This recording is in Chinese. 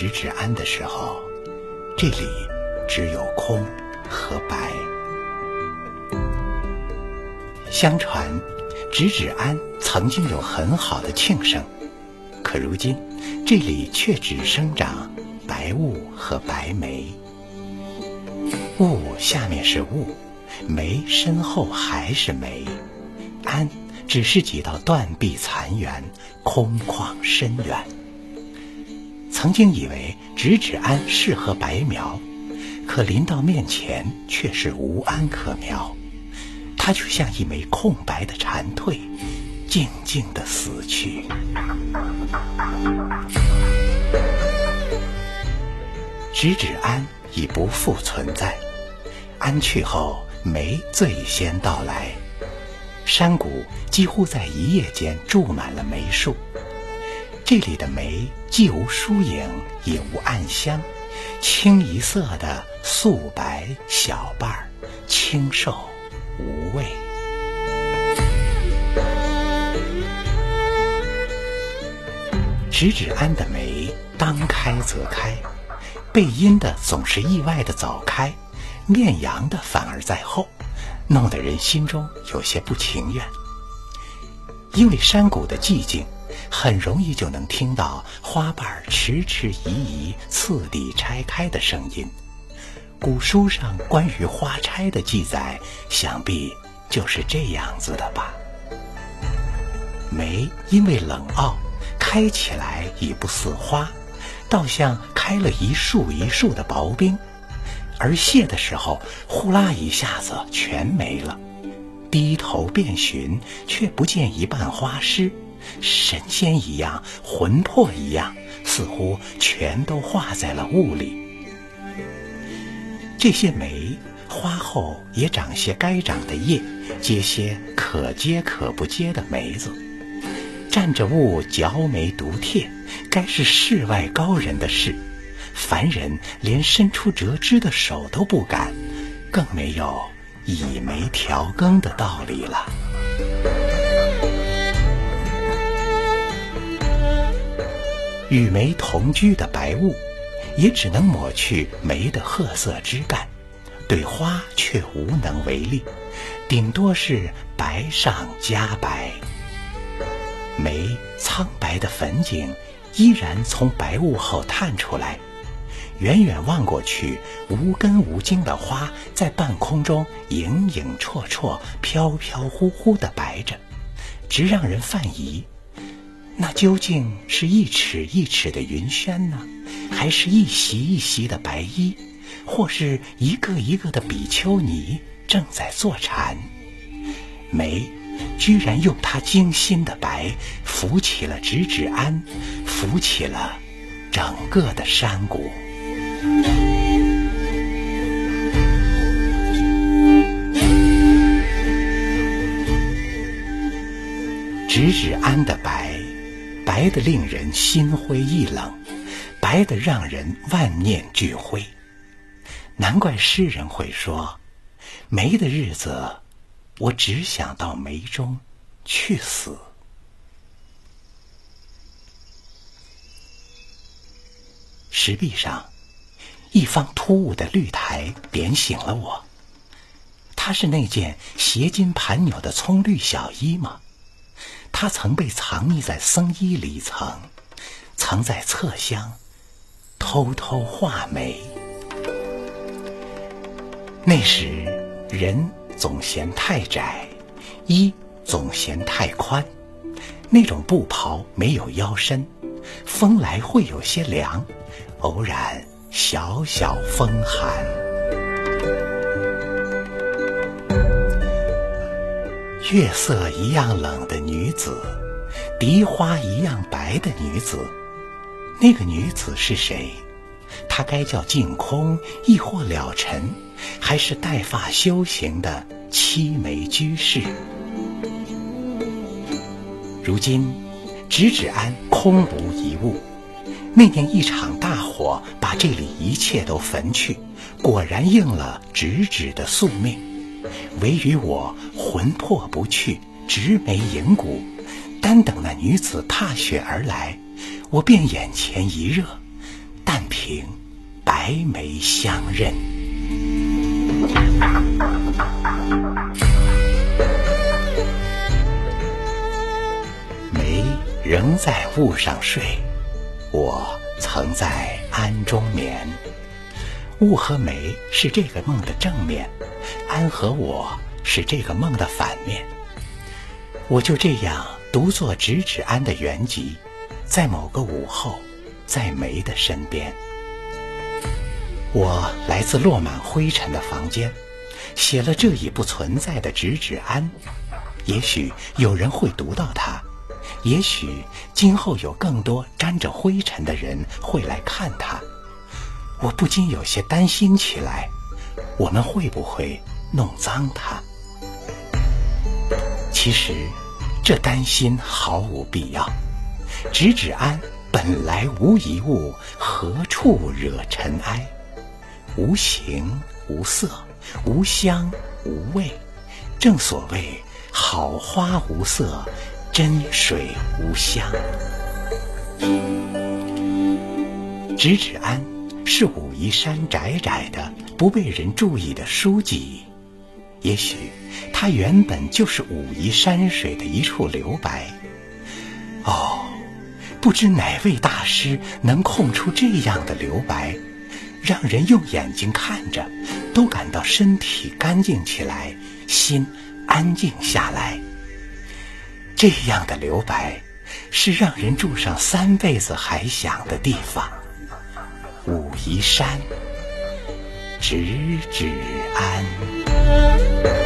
直指庵的时候，这里只有空和白。相传直指庵曾经有很好的庆生，可如今这里却只生长白雾和白梅。雾下面是雾，梅身后还是梅，庵只是几道断壁残垣，空旷深远。曾经以为直指庵适合白描，可临到面前却是无庵可描。它就像一枚空白的蝉蜕，静静地死去。直指庵已不复存在，庵去后，梅最先到来。山谷几乎在一夜间住满了梅树，这里的梅既无疏影，也无暗香，清一色的素白小瓣儿，清瘦无味。直指庵的梅当开则开，背阴的总是意外的早开，面阳的反而在后，弄得人心中有些不情愿。因为山谷的寂静，很容易就能听到花瓣迟迟疑疑次第拆开的声音。古书上关于花钗的记载，想必就是这样子的吧。梅因为冷傲，开起来已不似花，倒像开了一束一束的薄冰，而谢的时候呼啦一下子全没了。低头遍寻，却不见一瓣花枝，神仙一样，魂魄一样，似乎全都化在了雾里。这些梅花后也长些该长的叶，结些可接可不接的梅子，蘸着雾嚼梅独啮，该是世外高人的事，凡人连伸出折枝的手都不敢，更没有以梅调羹的道理了。与梅同居的白雾，也只能抹去梅的褐色枝干，对花却无能为力，顶多是白上加白。梅苍白的粉景依然从白雾后探出来，远远望过去，无根无茎的花在半空中影影绰绰，飘飘忽忽地摆着，直让人犯疑。那究竟是一尺一尺的云轩呢，还是一袭一袭的白衣，或是一个一个的比丘尼正在坐禅？梅居然用它精心的白扶起了直指庵，扶起了整个的山谷。直指庵的白，白得令人心灰意冷，白得让人万念俱灰。难怪诗人会说，梅的日子，我只想到梅中去死。石壁上一方突兀的绿台点醒了我，它是那件斜襟盘纽的葱绿小衣吗？它曾被藏匿在僧衣里层，藏在侧厢，偷偷画眉。那时人总嫌太窄，衣总嫌太宽，那种布袍没有腰身，风来会有些凉，偶然小小风寒。月色一样冷的女子，荻花一样白的女子，那个女子是谁？她该叫净空，亦或了尘，还是带发修行的凄眉居士？如今直指庵空无一物，那年一场大火把这里一切都焚去，果然应了直指的宿命。唯余我魂魄不去，直眉盈骨，单等那女子踏雪而来，我便眼前一热， 但凭白眉相认。梅仍在雾上睡，我曾在庵中眠。雾和梅是这个梦的正面，庵和我是这个梦的反面。我就这样独坐直指庵的原籍，在某个午后，在梅的身边。我来自落满灰尘的房间，写了这已不存在的直指庵。也许有人会读到它，也许今后有更多沾着灰尘的人会来看它。我不禁有些担心起来，我们会不会弄脏它？其实这担心毫无必要。直指庵本来无一物，何处惹尘埃？无形无色，无香无味，正所谓好花无色，真水无香。直指庵是武夷山窄窄的不被人注意的书籍，也许它原本就是武夷山水的一处留白。哦，不知哪位大师能空出这样的留白，让人用眼睛看着都感到身体干净起来，心安静下来。这样的留白是让人住上3辈子还想的地方。武夷山直指庵。